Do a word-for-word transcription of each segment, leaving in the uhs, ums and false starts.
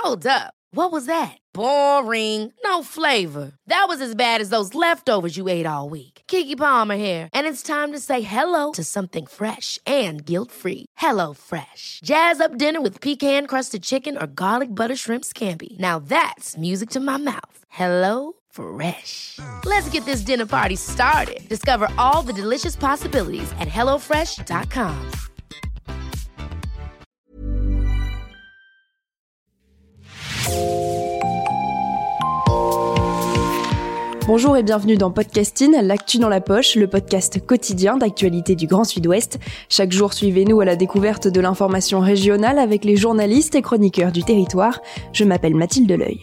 Hold up. What was that? Boring. No flavor. That was as bad as those leftovers you ate all week. Keke Palmer here. And it's time to say hello to something fresh and guilt-free. Hello Fresh. Jazz up dinner with pecan-crusted chicken or garlic butter shrimp scampi. Now that's music to my mouth. Hello Fresh. Let's get this dinner party started. Discover all the delicious possibilities at hello fresh dot com. Bonjour et bienvenue dans Podcasting, l'actu dans la poche, le podcast quotidien d'actualité du Grand Sud-Ouest. Chaque jour, suivez-nous à la découverte de l'information régionale avec les journalistes et chroniqueurs du territoire. Je m'appelle Mathilde Leuil.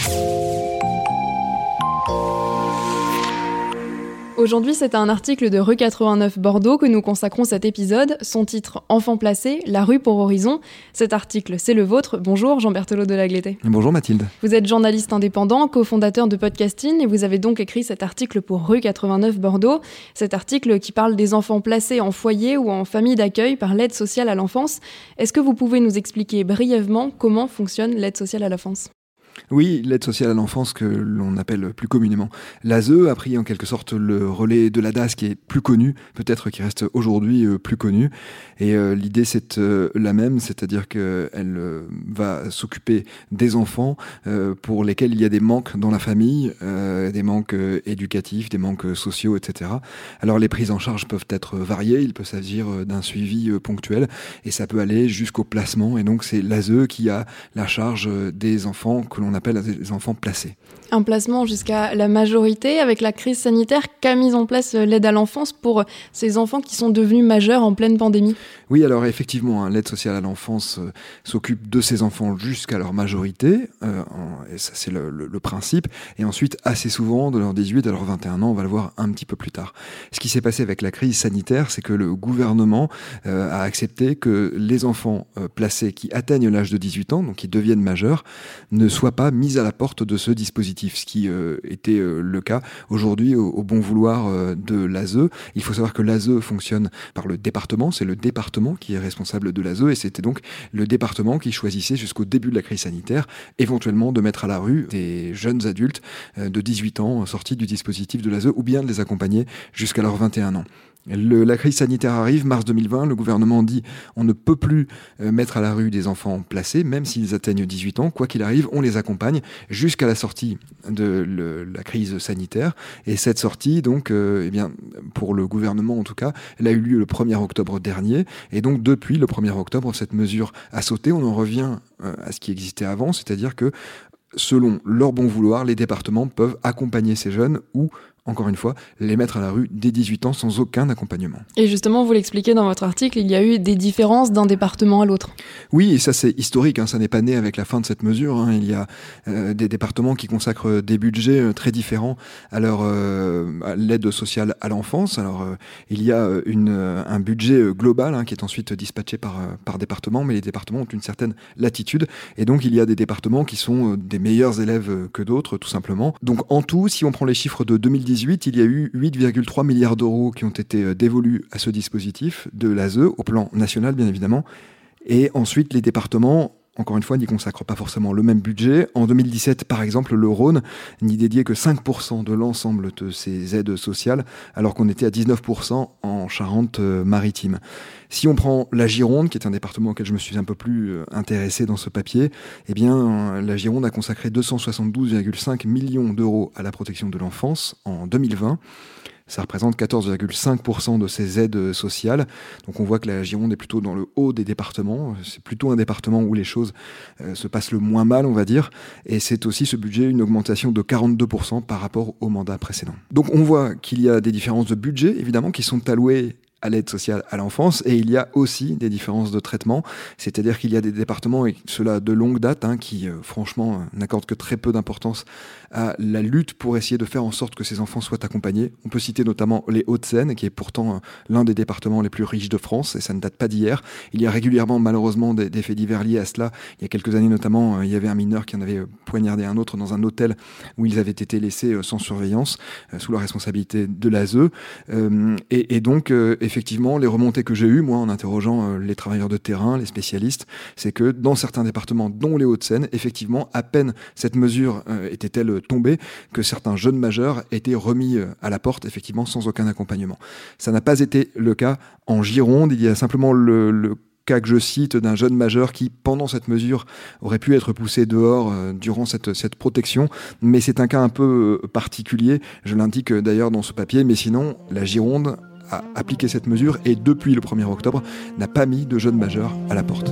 Aujourd'hui, c'est un article de Rue quatre-vingt-neuf Bordeaux que nous consacrons cet épisode. Son titre « Enfants placés, la rue pour horizon ». Cet article, c'est le vôtre. Bonjour Jean Berthelot de Lagleté. Bonjour Mathilde. Vous êtes journaliste indépendant, cofondateur de Podcasting et vous avez donc écrit cet article pour Rue quatre-vingt-neuf Bordeaux. Cet article qui parle des enfants placés en foyer ou en famille d'accueil par l'aide sociale à l'enfance. Est-ce que vous pouvez nous expliquer brièvement comment fonctionne l'aide sociale à l'enfance ? Oui, l'aide sociale à l'enfance que l'on appelle plus communément l'A S E a pris en quelque sorte le relais de l'A D A S qui est plus connu, peut-être qui reste aujourd'hui euh, plus connu. Et euh, l'idée c'est euh, la même, c'est-à-dire qu'elle euh, va s'occuper des enfants euh, pour lesquels il y a des manques dans la famille, euh, des manques euh, éducatifs, des manques euh, sociaux, et cetera. Alors les prises en charge peuvent être variées, il peut s'agir euh, d'un suivi euh, ponctuel et ça peut aller jusqu'au placement. Et donc c'est l'A S E qui a la charge euh, des enfants que l'on on appelle des enfants placés. Un placement jusqu'à la majorité. Avec la crise sanitaire, qu'a mis en place l'aide à l'enfance pour ces enfants qui sont devenus majeurs en pleine pandémie ? Oui, alors effectivement, hein, l'aide sociale à l'enfance euh, s'occupe de ces enfants jusqu'à leur majorité, euh, en, et ça c'est le, le, le principe, et ensuite assez souvent de leurs dix-huit à leurs vingt et un ans, on va le voir un petit peu plus tard. Ce qui s'est passé avec la crise sanitaire, c'est que le gouvernement euh, a accepté que les enfants euh, placés qui atteignent l'âge de dix-huit ans, donc qui deviennent majeurs, ne soient pas mis à la porte de ce dispositif, ce qui euh, était euh, le cas aujourd'hui au, au bon vouloir euh, de l'A S E. Il faut savoir que l'A S E fonctionne par le département, c'est le département qui est responsable de l'A S E et c'était donc le département qui choisissait jusqu'au début de la crise sanitaire éventuellement de mettre à la rue des jeunes adultes euh, de dix-huit ans sortis du dispositif de l'A S E ou bien de les accompagner jusqu'à leurs vingt et un ans. Le, la crise sanitaire arrive, mars deux mille vingt, le gouvernement dit on ne peut plus euh, mettre à la rue des enfants placés, même s'ils atteignent dix-huit ans, quoi qu'il arrive, on les accompagne jusqu'à la sortie de le, la crise sanitaire. Et cette sortie, donc, euh, eh bien, pour le gouvernement en tout cas, elle a eu lieu le premier octobre dernier. Et donc depuis le premier octobre, cette mesure a sauté. On en revient euh, à ce qui existait avant, c'est-à-dire que selon leur bon vouloir, les départements peuvent accompagner ces jeunes ou encore une fois, les mettre à la rue dès dix-huit ans sans aucun accompagnement. Et justement, vous l'expliquez dans votre article, il y a eu des différences d'un département à l'autre. Oui, et ça c'est historique, hein, ça n'est pas né avec la fin de cette mesure. Hein. Il y a euh, des départements qui consacrent des budgets euh, très différents à, leur, euh, à l'aide sociale à l'enfance. Alors, euh, il y a une, euh, un budget global hein, qui est ensuite dispatché par, euh, par département, mais les départements ont une certaine latitude. Et donc, il y a des départements qui sont euh, des meilleurs élèves que d'autres, tout simplement. Donc, en tout, si on prend les chiffres de deux mille dix-huit, il y a eu huit virgule trois milliards d'euros qui ont été dévolus à ce dispositif de l'A S E, au plan national bien évidemment. Et ensuite, les départements, encore une fois, n'y consacrent pas forcément le même budget. En deux mille dix-sept, par exemple, le Rhône n'y dédiait que cinq pour cent de l'ensemble de ces aides sociales, alors qu'on était à dix-neuf pour cent en Charente-Maritime. Si on prend la Gironde, qui est un département auquel je me suis un peu plus intéressé dans ce papier, eh bien, la Gironde a consacré deux cent soixante-douze virgule cinq millions d'euros à la protection de l'enfance en deux mille vingt. Ça représente quatorze virgule cinq pour cent de ces aides sociales. Donc on voit que la Gironde est plutôt dans le haut des départements. C'est plutôt un département où les choses euh, se passent le moins mal, on va dire. Et c'est aussi ce budget une augmentation de quarante-deux pour cent par rapport au mandat précédent. Donc on voit qu'il y a des différences de budget, évidemment, qui sont allouées à l'aide sociale à l'enfance, et il y a aussi des différences de traitement, c'est-à-dire qu'il y a des départements, et cela de longue date, hein, qui euh, franchement euh, n'accordent que très peu d'importance à la lutte pour essayer de faire en sorte que ces enfants soient accompagnés. On peut citer notamment les Hauts-de-Seine, qui est pourtant euh, l'un des départements les plus riches de France, et ça ne date pas d'hier. Il y a régulièrement malheureusement des, des faits divers liés à cela. Il y a quelques années notamment, euh, il y avait un mineur qui en avait poignardé un autre dans un hôtel où ils avaient été laissés euh, sans surveillance, euh, sous la responsabilité de l'A S E, euh, et, et donc euh, effectivement, les remontées que j'ai eues, moi, en interrogeant euh, les travailleurs de terrain, les spécialistes, c'est que dans certains départements, dont les Hauts-de-Seine, effectivement, à peine cette mesure euh, était-elle tombée, que certains jeunes majeurs étaient remis euh, à la porte, effectivement, sans aucun accompagnement. Ça n'a pas été le cas en Gironde. Il y a simplement le, le cas que je cite d'un jeune majeur qui, pendant cette mesure, aurait pu être poussé dehors euh, durant cette, cette protection. Mais c'est un cas un peu euh, particulier. Je l'indique euh, d'ailleurs dans ce papier. Mais sinon, la Gironde a appliqué cette mesure et depuis le premier octobre n'a pas mis de jeunes majeurs à la porte.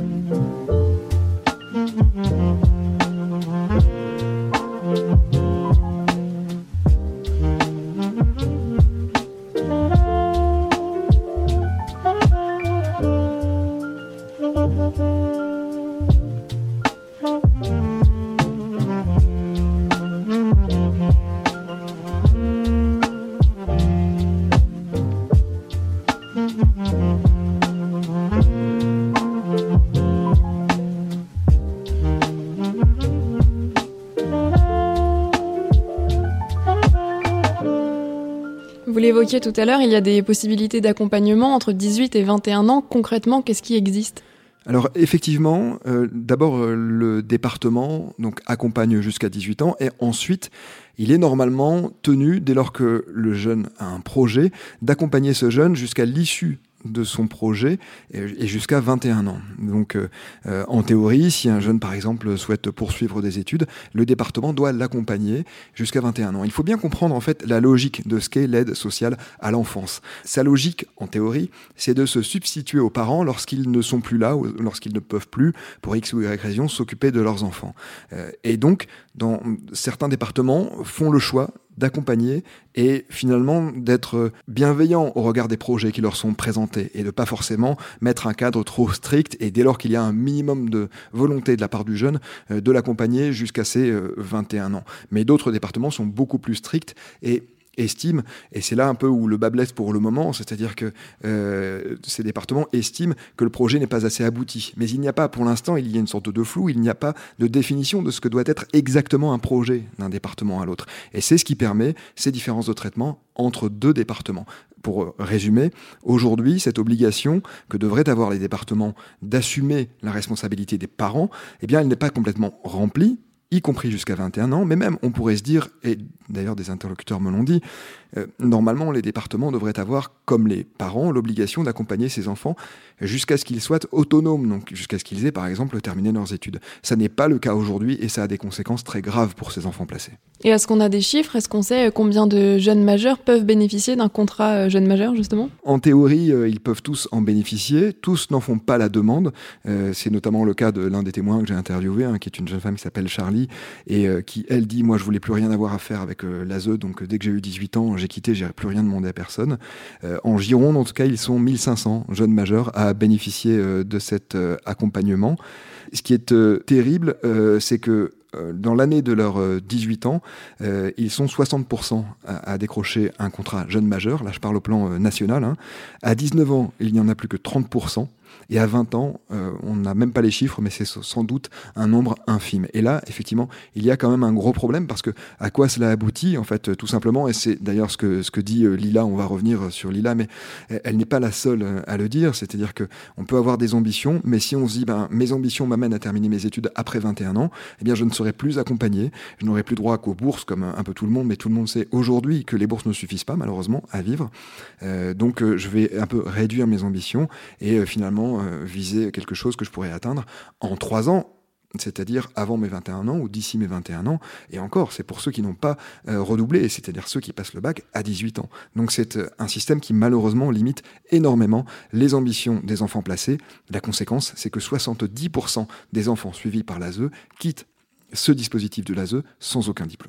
Vous l'évoquiez tout à l'heure, il y a des possibilités d'accompagnement entre dix-huit et vingt et un ans. Concrètement, qu'est-ce qui existe ? Alors effectivement, euh, d'abord euh, le département donc accompagne jusqu'à dix-huit ans et ensuite il est normalement tenu, dès lors que le jeune a un projet, d'accompagner ce jeune jusqu'à l'issue de son projet et jusqu'à vingt et un ans. Donc euh, en théorie, si un jeune par exemple souhaite poursuivre des études, le département doit l'accompagner jusqu'à vingt et un ans. Il faut bien comprendre en fait la logique de ce qu'est l'aide sociale à l'enfance. Sa logique en théorie, c'est de se substituer aux parents lorsqu'ils ne sont plus là ou lorsqu'ils ne peuvent plus, pour X ou Y raison, s'occuper de leurs enfants. Euh, et donc, dans certains départements, font le choix d'accompagner et finalement d'être bienveillant au regard des projets qui leur sont présentés et de pas forcément mettre un cadre trop strict et dès lors qu'il y a un minimum de volonté de la part du jeune, euh, de l'accompagner jusqu'à ses euh, vingt et un ans. Mais d'autres départements sont beaucoup plus stricts et estiment, et c'est là un peu où le bas blesse pour le moment, c'est-à-dire que euh, ces départements estiment que le projet n'est pas assez abouti. Mais il n'y a pas, pour l'instant, il y a une sorte de flou, il n'y a pas de définition de ce que doit être exactement un projet d'un département à l'autre. Et c'est ce qui permet ces différences de traitement entre deux départements. Pour résumer, aujourd'hui, cette obligation que devraient avoir les départements d'assumer la responsabilité des parents, eh bien, elle n'est pas complètement remplie, y compris jusqu'à vingt et un ans, mais même on pourrait se dire, et d'ailleurs des interlocuteurs me l'ont dit, euh, normalement les départements devraient avoir, comme les parents, l'obligation d'accompagner ces enfants jusqu'à ce qu'ils soient autonomes, donc jusqu'à ce qu'ils aient par exemple terminé leurs études. Ça n'est pas le cas aujourd'hui et ça a des conséquences très graves pour ces enfants placés. Et est-ce qu'on a des chiffres ? Est-ce qu'on sait combien de jeunes majeurs peuvent bénéficier d'un contrat jeune majeur justement ? En théorie, euh, ils peuvent tous en bénéficier, tous n'en font pas la demande. Euh, c'est notamment le cas de l'un des témoins que j'ai interviewé, hein, qui est une jeune femme qui s'appelle Charlie, et euh, qui, elle, dit « Moi, je voulais plus rien avoir à faire avec euh, l'A S E, donc euh, dès que j'ai eu dix-huit ans, j'ai quitté, j'ai plus rien demandé à personne. Euh, » En Gironde, en tout cas, ils sont mille cinq cents jeunes majeurs à bénéficier euh, de cet euh, accompagnement. Ce qui est euh, terrible, euh, c'est que euh, dans l'année de leurs euh, dix-huit ans, euh, ils sont soixante pour cent à, à décrocher un contrat jeune majeur. Là, je parle au plan euh, national. Hein. À dix-neuf ans, il n'y en a plus que trente pour cent. Et à vingt ans, euh, on n'a même pas les chiffres, mais c'est sans doute un nombre infime. Et là, effectivement, il y a quand même un gros problème parce que à quoi cela aboutit, en fait, tout simplement, et c'est d'ailleurs ce que, ce que dit euh, Lila, on va revenir sur Lila, mais elle n'est pas la seule euh, à le dire, c'est-à-dire qu'on peut avoir des ambitions, mais si on se dit, ben, mes ambitions m'amènent à terminer mes études après vingt et un ans, eh bien, je ne serai plus accompagné, je n'aurai plus droit qu'aux bourses, comme un peu tout le monde, mais tout le monde sait aujourd'hui que les bourses ne suffisent pas, malheureusement, à vivre. Euh, donc, euh, je vais un peu réduire mes ambitions et euh, finalement, Euh, viser quelque chose que je pourrais atteindre en trois ans, c'est-à-dire avant mes vingt et un ans ou d'ici mes vingt et un ans. Et encore, c'est pour ceux qui n'ont pas euh, redoublé, c'est-à-dire ceux qui passent le bac à dix-huit ans. Donc c'est euh, un système qui malheureusement limite énormément les ambitions des enfants placés. La conséquence, c'est que soixante-dix pour cent des enfants suivis par l'A S E quittent ce dispositif de l'A S E sans aucun diplôme.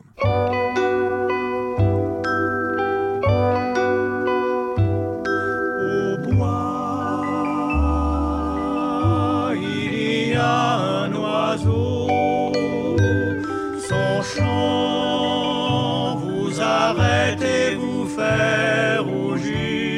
Son chant vous arrête et vous fait rougir.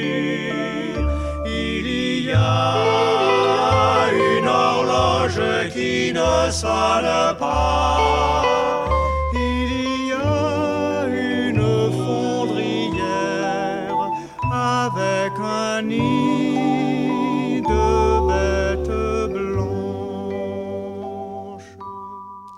Il y a une horloge qui ne sonne pas. Il y a une fondrière avec un nid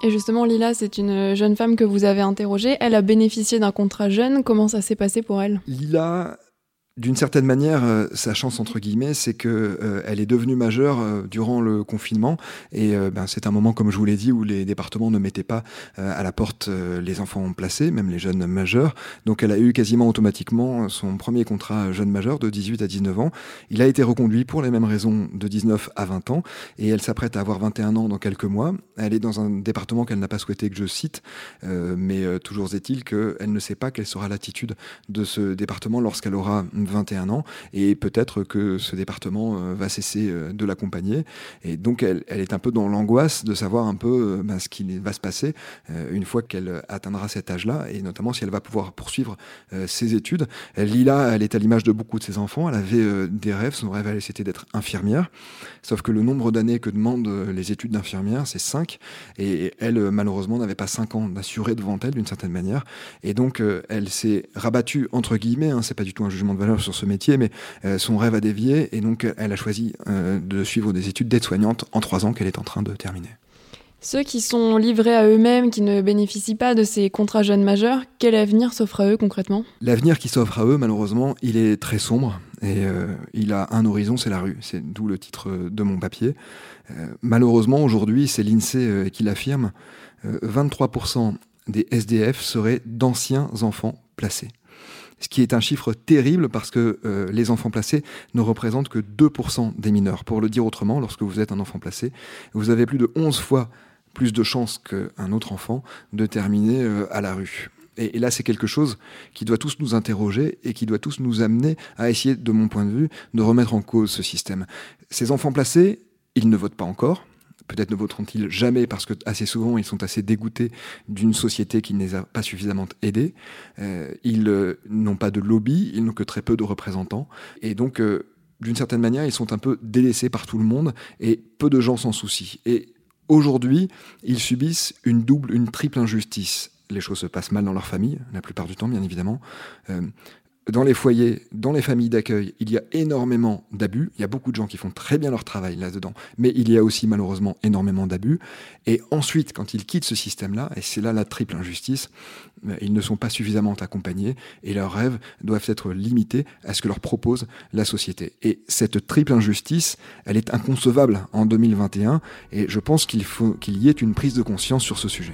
Et justement, Lila, c'est une jeune femme que vous avez interrogée. Elle a bénéficié d'un contrat jeune. Comment ça s'est passé pour elle ? Lila, d'une certaine manière, euh, sa chance, entre guillemets, c'est qu'elle euh, est devenue majeure euh, durant le confinement. Et euh, ben, c'est un moment, comme je vous l'ai dit, où les départements ne mettaient pas euh, à la porte euh, les enfants placés, même les jeunes majeurs. Donc elle a eu quasiment automatiquement son premier contrat jeune majeur de dix-huit à dix-neuf ans. Il a été reconduit pour les mêmes raisons de dix-neuf à vingt ans. Et elle s'apprête à avoir vingt et un ans dans quelques mois. Elle est dans un département qu'elle n'a pas souhaité que je cite. Euh, mais euh, toujours est-il qu'elle ne sait pas quelle sera l'attitude de ce département lorsqu'elle aura vingt et un ans, et peut-être que ce département euh, va cesser euh, de l'accompagner. Et donc, elle, elle est un peu dans l'angoisse de savoir un peu euh, ben, ce qui va se passer euh, une fois qu'elle atteindra cet âge-là, et notamment si elle va pouvoir poursuivre euh, ses études. Lila, elle est à l'image de beaucoup de ses enfants. Elle avait euh, des rêves. Son rêve, elle, c'était d'être infirmière. Sauf que le nombre d'années que demandent euh, les études d'infirmière, c'est cinq. Et elle, euh, malheureusement, n'avait pas cinq ans d'assuré devant elle, d'une certaine manière. Et donc, euh, elle s'est rabattue, entre guillemets, hein, c'est pas du tout un jugement de valeur sur ce métier, mais euh, son rêve a dévié, et donc elle a choisi euh, de suivre des études d'aide-soignante en trois ans qu'elle est en train de terminer. Ceux qui sont livrés à eux-mêmes, qui ne bénéficient pas de ces contrats jeunes majeurs, quel avenir s'offre à eux concrètement ? L'avenir qui s'offre à eux, malheureusement, il est très sombre, et euh, il a un horizon, c'est la rue. C'est d'où le titre de mon papier. Euh, malheureusement, aujourd'hui, c'est l'INSEE euh, qui l'affirme, euh, vingt-trois pour cent des S D F seraient d'anciens enfants placés. Ce qui est un chiffre terrible parce que euh, les enfants placés ne représentent que deux pour cent des mineurs. Pour le dire autrement, lorsque vous êtes un enfant placé, vous avez plus de onze fois plus de chances qu'un autre enfant de terminer euh, à la rue. Et, et là, c'est quelque chose qui doit tous nous interroger et qui doit tous nous amener à essayer, de mon point de vue, de remettre en cause ce système. Ces enfants placés, ils ne votent pas encore. Peut-être ne voteront-ils jamais parce que assez souvent ils sont assez dégoûtés d'une société qui ne les a pas suffisamment aidés. Euh, ils euh, n'ont pas de lobby, ils n'ont que très peu de représentants. Et donc, euh, d'une certaine manière, ils sont un peu délaissés par tout le monde et peu de gens s'en soucient. Et aujourd'hui, ils subissent une double, une triple injustice. Les choses se passent mal dans leur famille, la plupart du temps, bien évidemment. Euh, Dans les foyers, dans les familles d'accueil, il y a énormément d'abus. Il y a beaucoup de gens qui font très bien leur travail là-dedans, mais il y a aussi malheureusement énormément d'abus. Et ensuite, quand ils quittent ce système-là, et c'est là la triple injustice, ils ne sont pas suffisamment accompagnés et leurs rêves doivent être limités à ce que leur propose la société. Et cette triple injustice, elle est inconcevable en deux mille vingt et un, et je pense qu'il faut qu'il y ait une prise de conscience sur ce sujet.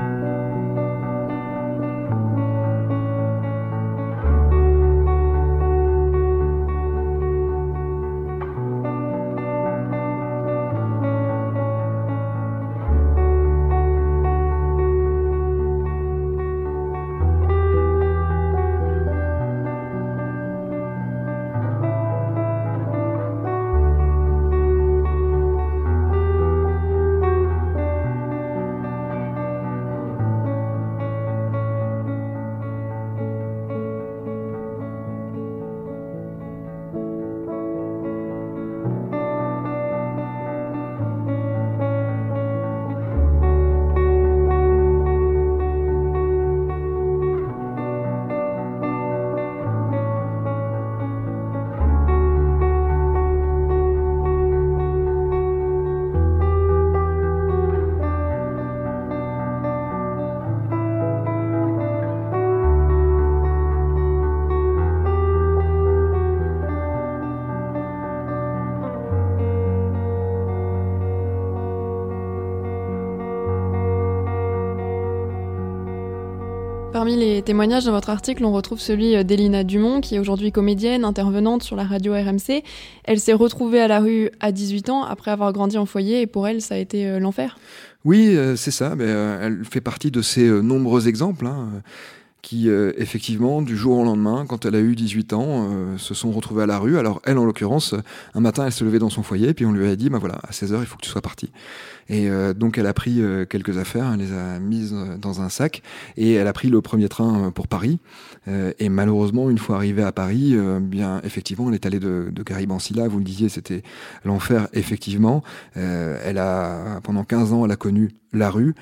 Parmi les témoignages dans votre article, on retrouve celui d'Elina Dumont, qui est aujourd'hui comédienne, intervenante sur la radio R M C. Elle s'est retrouvée à la rue à dix-huit ans, après avoir grandi en foyer, et pour elle, ça a été euh, l'enfer. Oui, euh, c'est ça. Mais, euh, elle fait partie de ces euh, nombreux exemples, hein, euh, qui, euh, effectivement, du jour au lendemain, quand elle a eu dix-huit ans, euh, se sont retrouvés à la rue. Alors, elle, en l'occurrence, un matin, elle se levait dans son foyer, puis on lui a dit, bah voilà, à seize heures, il faut que tu sois partie. Et euh, donc, elle a pris euh, quelques affaires, elle les a mises dans un sac, et elle a pris le premier train pour Paris. Euh, et malheureusement, une fois arrivée à Paris, euh, bien, effectivement, elle est allée de, de Garibaldi, vous le disiez, c'était l'enfer, effectivement. Euh, elle a, pendant quinze ans, elle a connu la rue.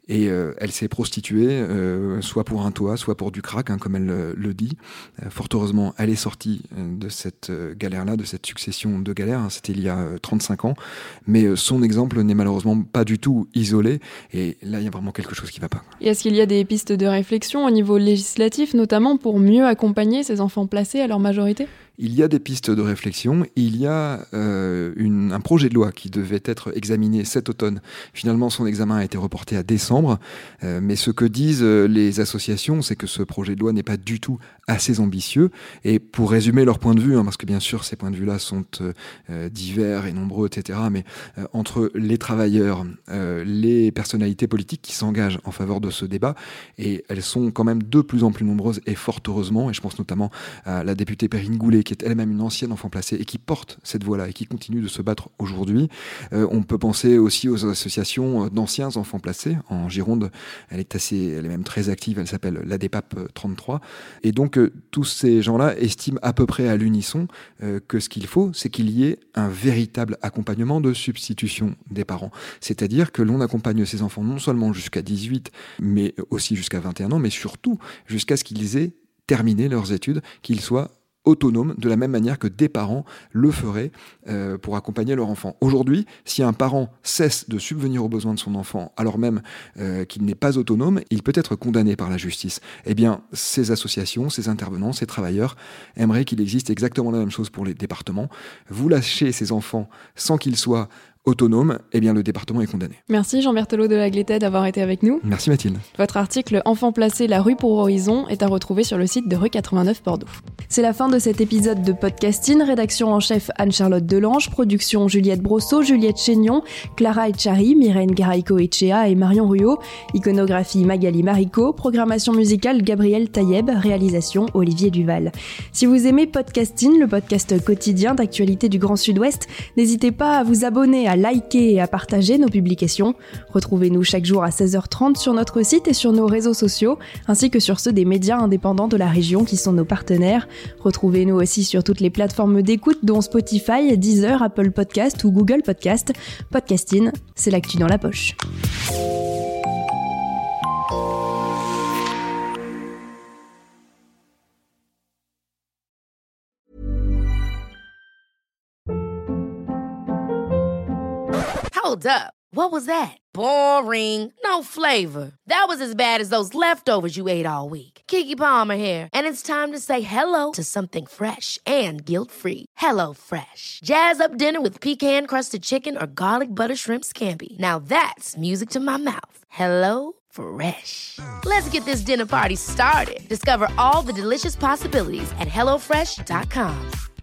Et euh, elle s'est prostituée, euh, soit pour un toit, soit pour du crack, hein, comme elle euh, le dit. Euh, fort heureusement, elle est sortie de cette euh, galère-là, de cette succession de galères. Hein, c'était il y a euh, trente-cinq ans. Mais euh, son exemple n'est malheureusement pas du tout isolé. Et là, il y a vraiment quelque chose qui ne va pas. Et est-ce qu'il y a des pistes de réflexion au niveau législatif, notamment pour mieux accompagner ces enfants placés à leur majorité ? Il y a des pistes de réflexion. Il y a euh, une, un projet de loi qui devait être examiné cet automne. Finalement, son examen a été reporté à décembre. Euh, mais ce que disent les associations, c'est que ce projet de loi n'est pas du tout assez ambitieux. Et pour résumer leur point de vue, hein, parce que bien sûr, ces points de vue-là sont euh, divers et nombreux, et cetera. Mais euh, entre les travailleurs, euh, les personnalités politiques qui s'engagent en faveur de ce débat, et elles sont quand même de plus en plus nombreuses, et fort heureusement. Et je pense notamment à la députée Perrine Goulet, qui est elle-même une ancienne enfant placée et qui porte cette voix-là et qui continue de se battre aujourd'hui. Euh, on peut penser aussi aux associations d'anciens enfants placés. En Gironde, elle est assez, elle est même très active, elle s'appelle l'A D P A P trente-trois. Et donc, euh, tous ces gens-là estiment à peu près à l'unisson euh, que ce qu'il faut, c'est qu'il y ait un véritable accompagnement de substitution des parents. C'est-à-dire que l'on accompagne ces enfants non seulement jusqu'à dix-huit, mais aussi jusqu'à vingt et un ans, mais surtout jusqu'à ce qu'ils aient terminé leurs études, qu'ils soient autonomes, de la même manière que des parents le feraient euh, pour accompagner leur enfant. Aujourd'hui, si un parent cesse de subvenir aux besoins de son enfant, alors même euh, qu'il n'est pas autonome, il peut être condamné par la justice. Eh bien, ces associations, ces intervenants, ces travailleurs aimeraient qu'il existe exactement la même chose pour les départements. Vous lâchez ces enfants sans qu'ils soient autonome, eh bien le département est condamné. Merci Jean Berthelot de Agleté d'avoir été avec nous. Merci Mathilde. Votre article « Enfants placés, la rue pour Horizon » est à retrouver sur le site de Rue quatre-vingt-neuf Bordeaux. C'est la fin de cet épisode de Podcasting. Rédaction en chef Anne-Charlotte Delange, production Juliette Brosseau, Juliette Chénion, Clara Etchari, Myrène Garaïco-Echea et Marion Ruot, iconographie Magali Marico, programmation musicale Gabriel Taïeb, réalisation Olivier Duval. Si vous aimez Podcasting, le podcast quotidien d'actualité du Grand Sud-Ouest, n'hésitez pas à vous abonner, à liker et à partager nos publications. Retrouvez-nous chaque jour à seize heures trente sur notre site et sur nos réseaux sociaux, ainsi que sur ceux des médias indépendants de la région qui sont nos partenaires. Retrouvez-nous aussi sur toutes les plateformes d'écoute dont Spotify, Deezer, Apple Podcast ou Google Podcast. Podcasting, c'est l'actu dans la poche. Hold up. What was that? Boring. No flavor. That was as bad as those leftovers you ate all week. Keke Palmer here, and it's time to say hello to something fresh and guilt-free. Hello Fresh. Jazz up dinner with pecan-crusted chicken or garlic butter shrimp scampi. Now that's music to my mouth. Hello Fresh. Let's get this dinner party started. Discover all the delicious possibilities at hello fresh dot com.